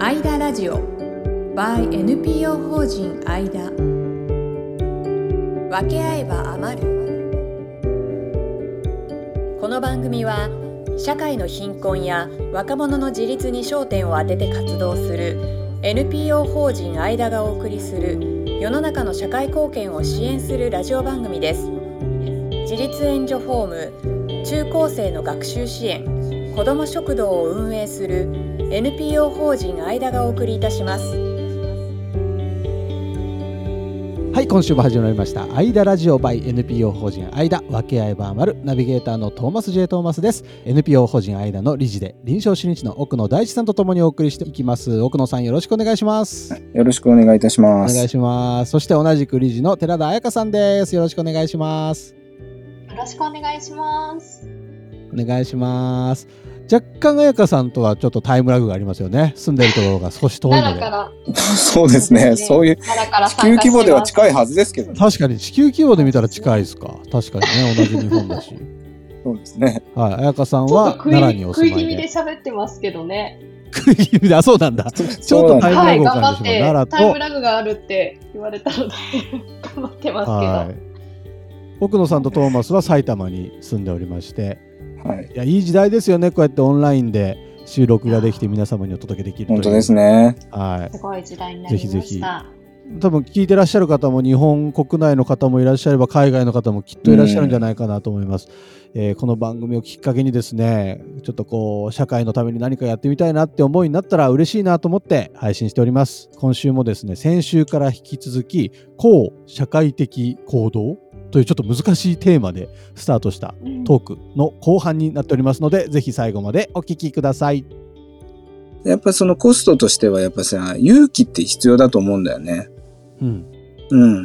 アイダラジオ by NPO 法人アイダ。分け合えば余る。この番組は社会の貧困や若者の自立に焦点を当てて活動する NPO 法人アイダがお送りする世の中の社会貢献を支援するラジオ番組です。自立援助ホーム、中高生の学習支援、子ども食堂を運営する NPO 法人アイダがお送りいたします。 はい、今週も始まりましたアイダラジオ by NPO 法人アイダ、分け合えば余る。ナビゲーターのトーマス J トーマスです。 NPO 法人アイダの理事で臨床心理士の奥野大地さんとともにお送りしていきます。奥野さん、よろしくお願いします。 よろしくお願いいたします。 お願いします。そして同じく理事の寺田彩香さんです。よろしくお願いします。 よろしくお願いします。 お願いします。若干彩香さんとはちょっとタイムラグがありますよね。住んでるところが少し遠いので。 奈良からそうですね。そういう地球規模では近いはずですけど、ね、 確かに地球規模で見たら近いですか。確かにね、同じ日本だし。 そうですね。 はい、彩香さんは奈良にお住まいで。 食い気味で喋ってますけどね。 食い気味で、あ、そうなんだ。ちょっとタイムラグを感じします。 頑張ってタイムラグがあるって言われたので頑張ってますけど。はい、 奥野さんとトーマスは埼玉に住んでおりまして。 はい、 いや、いい時代ですよね。こうやってオンラインで収録ができて皆様にお届けできるという。 本当ですね。 はい、すごい時代になりました。ぜひぜひ。 多分聞いてらっしゃる方も日本国内の方もいらっしゃれば海外の方もきっといらっしゃるんじゃないかなと思います。この番組をきっかけにですね、ちょっとこう社会のために何かやってみたいなって思いになったら嬉しいなと思って配信しております。今週もですね、先週から引き続き公社会的行動というちょっと難しいテーマでスタートしたトークの後半になっておりますので、ぜひ最後までお聞きください。 やっぱそのコストとしてはやっぱさ、勇気って必要だと思うんだよね。うん。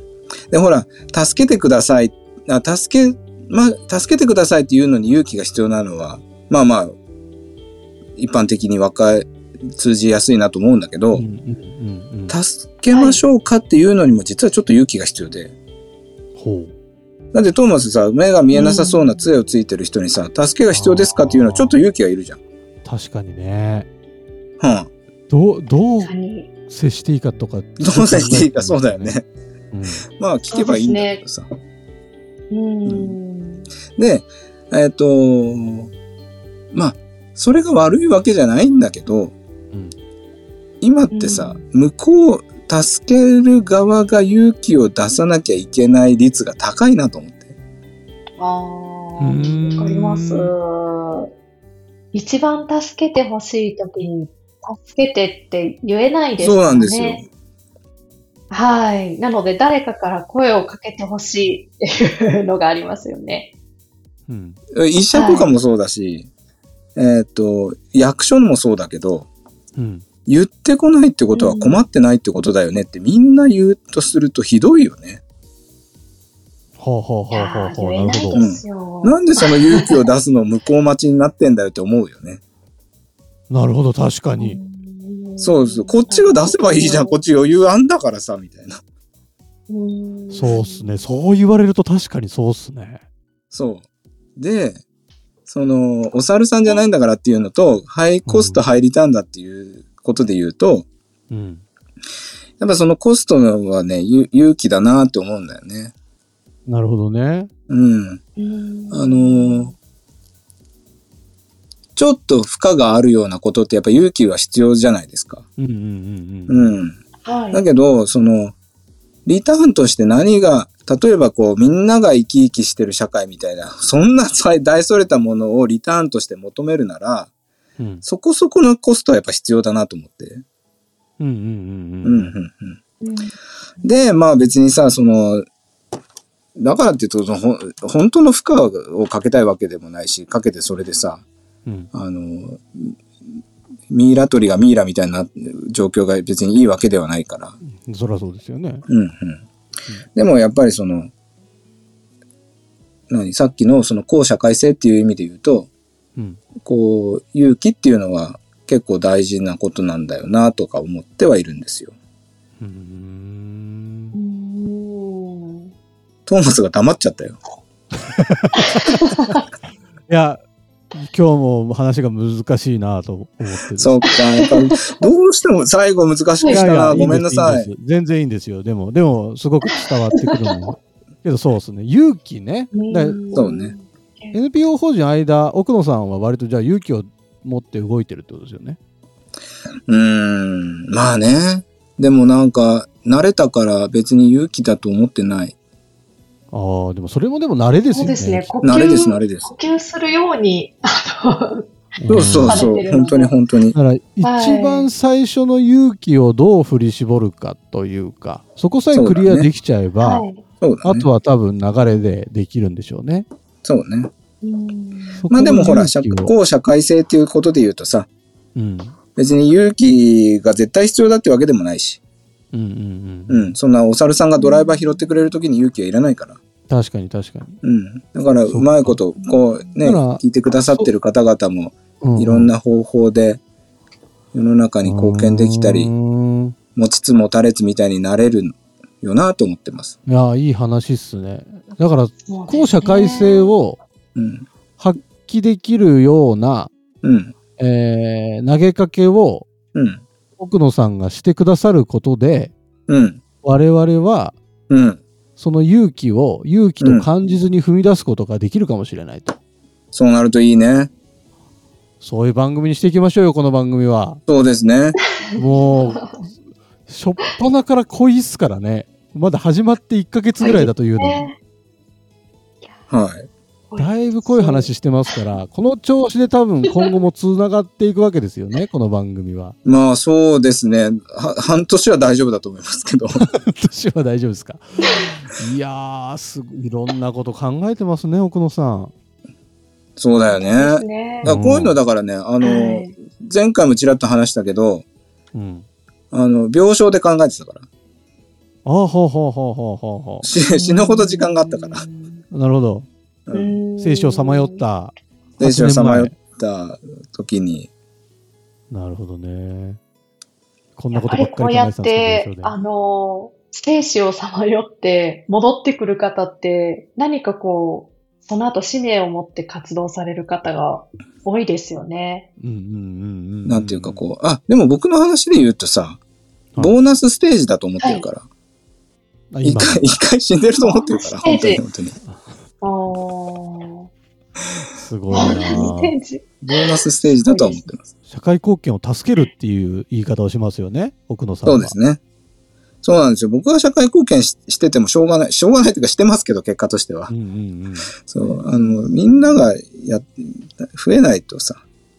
で、ほら、助けてください。助けてくださいっていうのに勇気が必要なのは、まあまあ、一般的に通じやすいなと思うんだけど、助けましょうかっていうのにも実はちょっと勇気が必要で。 ほう。 だってトーマスさ、目が見えなさそうな杖をついてる人にさ、助けが必要ですかっていうのはちょっと勇気がいるじゃん。 確かにね。 どう接していいかとか。 どう接していいか、そうだよね。まあ聞けばいいんだけどさ。で、まあ、それが悪いわけじゃないんだけど、今ってさ、助ける側が勇気を出さなきゃいけない率が高いなと思って。 わかります。一番助けてほしいときに助けてって言えないですよね。 そうなんですよ。 はい。なので誰かから声をかけてほしいっていうのがありますよね。 医者とかもそうだし、役所もそうだけど、言ってこないってことは困ってないってことだよねってみんな言うとするとひどいよね。 なるほど。なんでその勇気を出すの向こう待ちになってんだよって思うよね。 なるほど、確かに。 そうです。こっちが出せばいいじゃん。こっち余裕あんだからさ、みたいな。 そうっすね。そう言われると確かにそうっすね。 そう。で、お猿さんじゃないんだからっていうのと、ハイコストハイリターンだっていうことで言うと、やっぱそのコストはね、勇気だなって思うんだよね。 なるほどね。 ちょっと負荷があるようなことってやっぱ勇気は必要じゃないですか。だけど、リターンとして何が、例えばみんなが生き生きしてる社会みたいな、そんな大それたものをリターンとして求めるなら、そこそこのコストはやっぱ必要だなと思って。で、まあ別にさ、だからって言うと、本当の負荷をかけたいわけでもないし、かけてそれでさ、ミイラ取りがミイラみたいな状況が別にいいわけではないから。 そりゃそうですよね。 でもやっぱりさっきの公社会性っていう意味で言うと、勇気っていうのは結構大事なことなんだよなとか思ってはいるんですよ。トーマスが黙っちゃったよ。 いや、 今日も話が難しいなと思ってる。 そっか、やっぱりどうしても最後難しくしたな。ごめんなさい。 全然いいんですよ。でもすごく伝わってくるのけど、そうですね。勇気ね。 そうね。 NPO 法人間、奥野さんは割とじゃあ勇気を持って動いてるってことですよね。 まあね。でもなんか慣れたから別に勇気だと思ってない。 ああ、でもそれもでも慣れですよね。 そうですね。 慣れです、慣れです。 呼吸するように、 そう、本当に。 だから一番最初の勇気をどう振り絞るかというか、そこさえクリアできちゃえば、あとは多分流れでできるんでしょうね。 そうね。まあでもほら、こう社会性っていうことで言うとさ、別に勇気が絶対必要だってわけでもないし、そんなお猿さんがドライバー拾ってくれるときに勇気はいらないから。 確かに。だからうまいことこうね、聞いてくださってる方々もいろんな方法で世の中に貢献できたり、持ちつ持たれつみたいになれるよなと思ってます。 いや、いい話っすね。だからこう社会性を発揮できるような投げかけを奥野さんがしてくださることで、我々はその勇気と感じずに踏み出すことができるかもしれないと。 そうなるといいね。 そういう番組にしていきましょうよ、この番組は。 そうですね。 もうしょっぱなから濃いっすからね。まだ始まって1ヶ月ぐらいだというのに、だいぶ濃い話してますから、この調子で多分今後もつながっていくわけですよね、この番組は。 まあそうですね。半年は大丈夫だと思いますけど。 半年は大丈夫ですか。いやー、いろんなこと考えてますね、奥野さん。 そうだよね。こういうのだからね、前回もちらっと話したけど、病床で考えてたから。死ぬほど時間があったから。 なるほど。生死をさまよった時に。 なるほどね。こんなことばっかり考えてたんですけど、 生死をさまよって戻ってくる方って、何かこう、その後使命を持って活動される方が多いですよね。 なんていうかこう、でも僕の話で言うとさ、ボーナスステージだと思ってるから。一回死んでると思ってるから、本当に。 すごいな。 ボーナスステージだとは思ってます。 社会貢献を助けるっていう言い方をしますよね、奥野さんは。 そうですね。そうなんですよ。僕は社会貢献しててもしょうがないというかしてますけど、結果としては。そう、みんなが増えないとさ。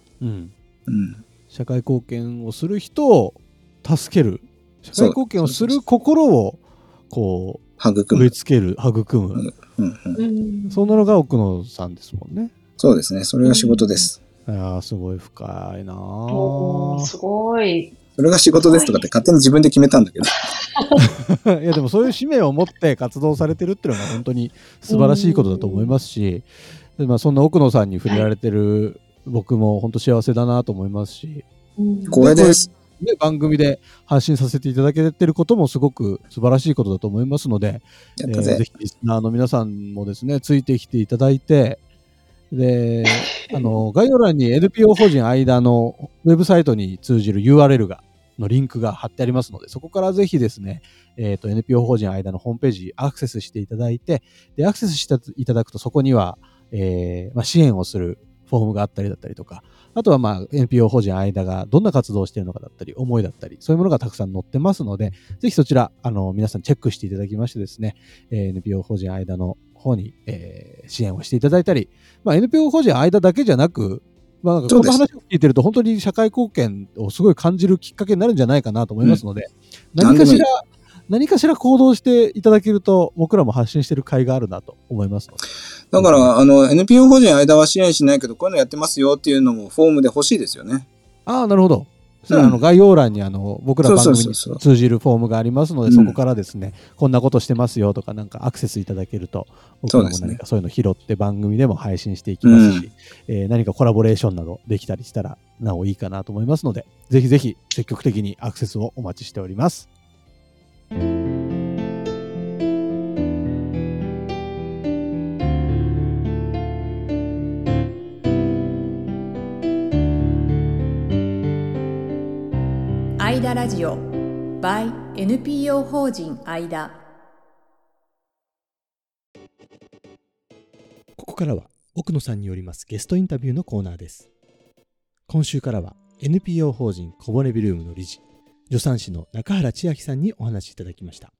社会貢献をする人を助ける。社会貢献をする心をこう植え付ける、育む。そんなのが奥野さんですもんね。 そうですね。それが仕事です。 すごい深いな。 すごい。 それが仕事ですとかって勝手に自分で決めたんだけど。いやでもそういう使命を持って活動されてるっていうのが本当に素晴らしいことだと思いますし、そんな奥野さんに触れられてる僕も本当幸せだなと思いますし、 光栄です。 番組で発信させていただけてることもすごく素晴らしいことだと思いますので、ぜひリスナーの皆さんもですね、ついてきていただいて、で、概要欄に NPO 法人間のウェブサイトに通じる URL のリンクが貼ってありますので、そこからぜひですね、NPO 法人間のホームページアクセスしていただいて、で、アクセスしていただくとそこには、支援をするフォームがあったりだったりとか、あとはNPO 法人間がどんな活動をしているのかだったり、思いだったり、そういうものがたくさん載ってますので、ぜひそちら、皆さんチェックしていただきましてですね、NPO 法人間の方に、支援をしていただいたり、NPO 法人間だけじゃなく、この話を聞いてると本当に社会貢献をすごい感じるきっかけになるんじゃないかなと思いますので、何かしら行動していただけると僕らも発信してる甲斐があるなと思いますので。 だからNPO 法人間は支援しないけどこういうのやってますよっていうのもフォームで欲しいですよね。 なるほど。概要欄に僕ら番組に通じるフォームがありますので、そこからですね、こんなことしてますよとかなんかアクセスいただけると、僕らも何かそういうの拾って番組でも配信していきますし、何かコラボレーションなどできたりしたらなおいいかなと思いますので、ぜひぜひ積極的にアクセスをお待ちしております。 アイダラジオ by NPO 法人アイダ。 ここからは奥野さんによりますゲストインタビューのコーナーです。今週からは NPO 法人こぼれビルームの理事、助産師の中原千秋さんにお話しいただきました。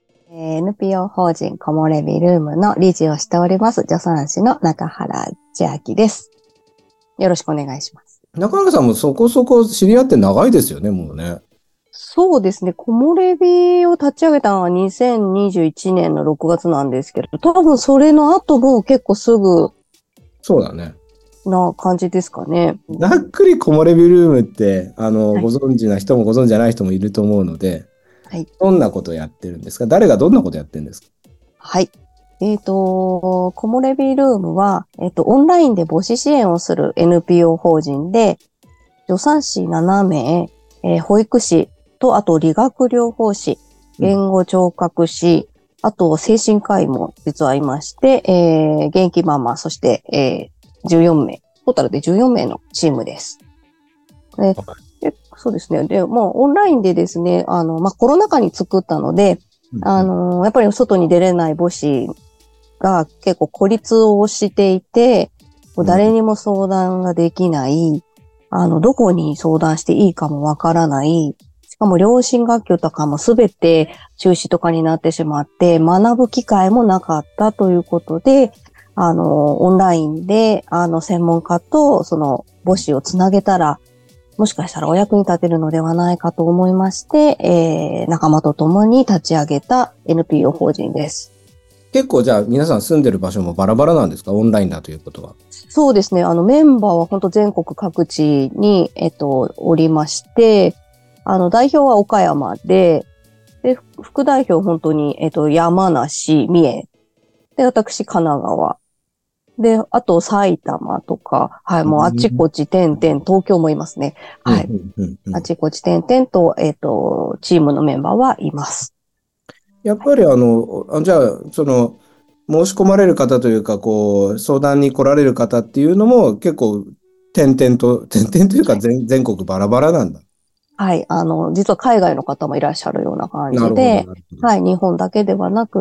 NPO 法人こぼれビルームの理事をしております助産師の中原千秋です。よろしくお願いします。 中原さんもそこそこ知り合って長いですよね、もうね。 そうですね。こもれびを立ち上げたのは2021年の6月なんですけど、多分それの後も結構すぐ。 そうだね。 な感じですかね。 ざっくりこもれビルームって、ご存知な人もご存知じゃない人もいると思うので、はい、どんなことをやってるんですか？誰がどんなことやってるんですか？ はい。こもれビルームは、オンラインで母子支援をする NPO 法人で、助産師7名、保育士と、あと理学療法士、言語聴覚士、あと精神科医も実はいまして、元気ママ、そして、14名、トータルで14名のチームです。でそうですね。で、もうオンラインでですね、コロナ禍に作ったので、やっぱり外に出れない母子が結構孤立をしていて、誰にも相談ができない、どこに相談していいかもわからない、しかも両親学級とかもすべて中止とかになってしまって、学ぶ機会もなかったということで、オンラインで、専門家とその母子をつなげたら、もしかしたらお役に立てるのではないかと思いまして、仲間と共に立ち上げた NPO 法人です。 結構じゃあ皆さん住んでる場所もバラバラなんですか？オンラインだということは。 そうですね。メンバーは本当全国各地に、おりまして、代表は岡山で、副代表本当に、山梨、三重。で、私、神奈川。で、あと埼玉とか、はい、もうあちこち点々、東京もいますね。はい。あちこち点々と、チームのメンバーはいます。 やっぱりじゃあ、申し込まれる方というか、相談に来られる方っていうのも結構、点々というか全国バラバラなんだ。 はい。実は海外の方もいらっしゃるような感じで、はい。日本だけではなくって、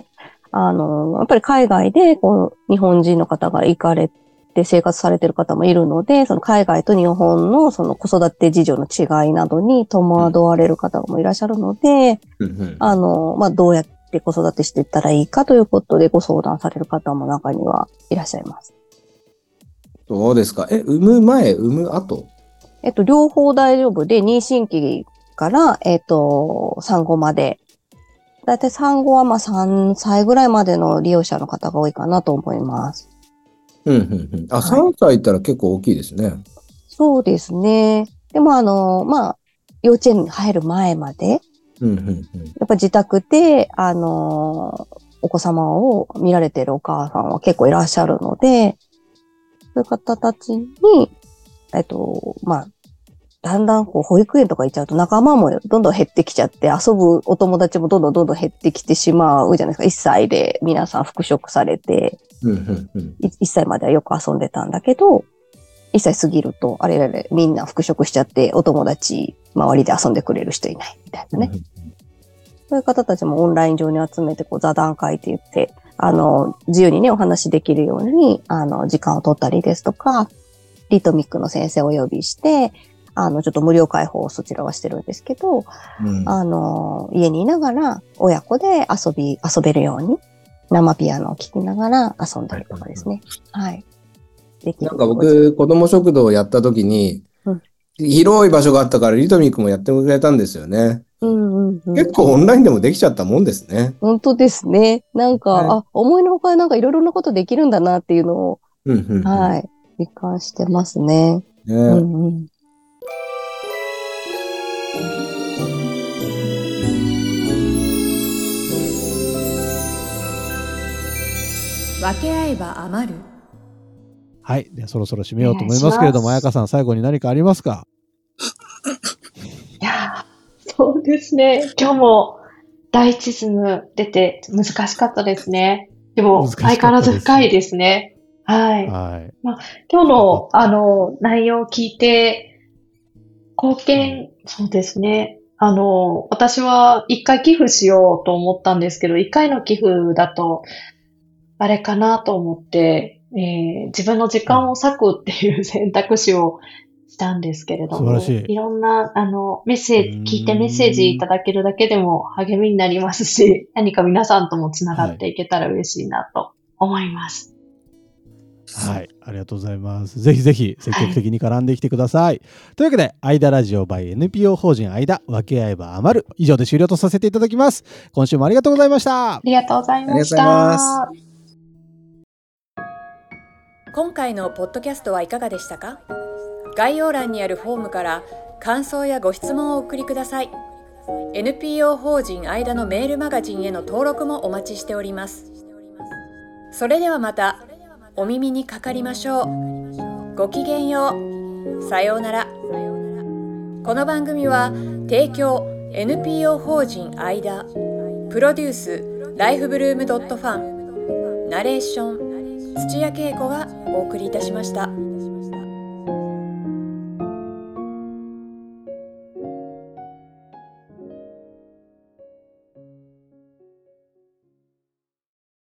やっぱり海外で、日本人の方が行かれて生活されている方もいるので、その海外と日本のその子育て事情の違いなどに戸惑われる方もいらっしゃるので、どうやって子育てしていったらいいかということでご相談される方も中にはいらっしゃいます。 そうですか。産む前、産む後？ 両方大丈夫で、妊娠期から、産後まで、だいたい産後は3歳ぐらいまでの利用者の方が多いかなと思います。 3歳いったら結構大きいですね。 そうですね。でも幼稚園に入る前まで、やっぱ自宅で、お子様を見られているお母さんは結構いらっしゃるので、そういう方たちに、だんだん保育園とか行っちゃうと仲間もどんどん減ってきちゃって、遊ぶお友達もどんどん減ってきてしまうじゃないですか。1歳で皆さん復職されて、1歳まではよく遊んでたんだけど、1歳過ぎると、あれみんな復職しちゃって、お友達周りで遊んでくれる人いないみたいなね。そういう方たちもオンライン上に集めて、座談会って言って、自由にね、お話できるように、時間を取ったりですとか、リトミックの先生をお呼びして、ちょっと無料開放をそちらはしてるんですけど、家にいながら親子で遊べるように生ピアノを聴きながら遊んだりとかですね。はい。 なんか僕、子供食堂をやった時に、広い場所があったからリトミックもやってくれたんですよね。結構オンラインでもできちゃったもんですね。 本当ですね。なんか、思いのほかなんかいろいろなことできるんだなっていうのを、はい、実感してますね。 分け合えば余る。 はい。ではそろそろ締めようと思いますけれども、彩香さん最後に何かありますか？ いや、そうですね。今日も第一ズム出て難しかったですね。でも相変わらず深いですね。はい。今日の内容を聞いて、 貢献、そうですね。私は一回寄付しようと思ったんですけど、一回の寄付だと、あれかなと思って、自分の時間を割くっていう選択肢をしたんですけれども、 素晴らしい。 いろんな、メッセージ、聞いてメッセージいただけるだけでも励みになりますし、何か皆さんともつながっていけたら嬉しいなと思います。 はい、ありがとうございます。ぜひぜひ積極的に絡んできてください。はい、というわけで、アイダラジオ by NPO 法人アイダ、分け合えば余る。以上で終了とさせていただきます。今週もありがとうございました。 ありがとうございました。 ありがとうございます。 今回のポッドキャストはいかがでしたか？概要欄にあるフォームから感想やご質問をお送りください。NPO 法人アイダのメールマガジンへの登録もお待ちしております。それではまたお耳にかかりましょう。ごきげんよう。さようなら。この番組は提供 NPO 法人アイダ、プロデュースライフブルームドットファン、ナレーション土屋恵子がお送りいたしました。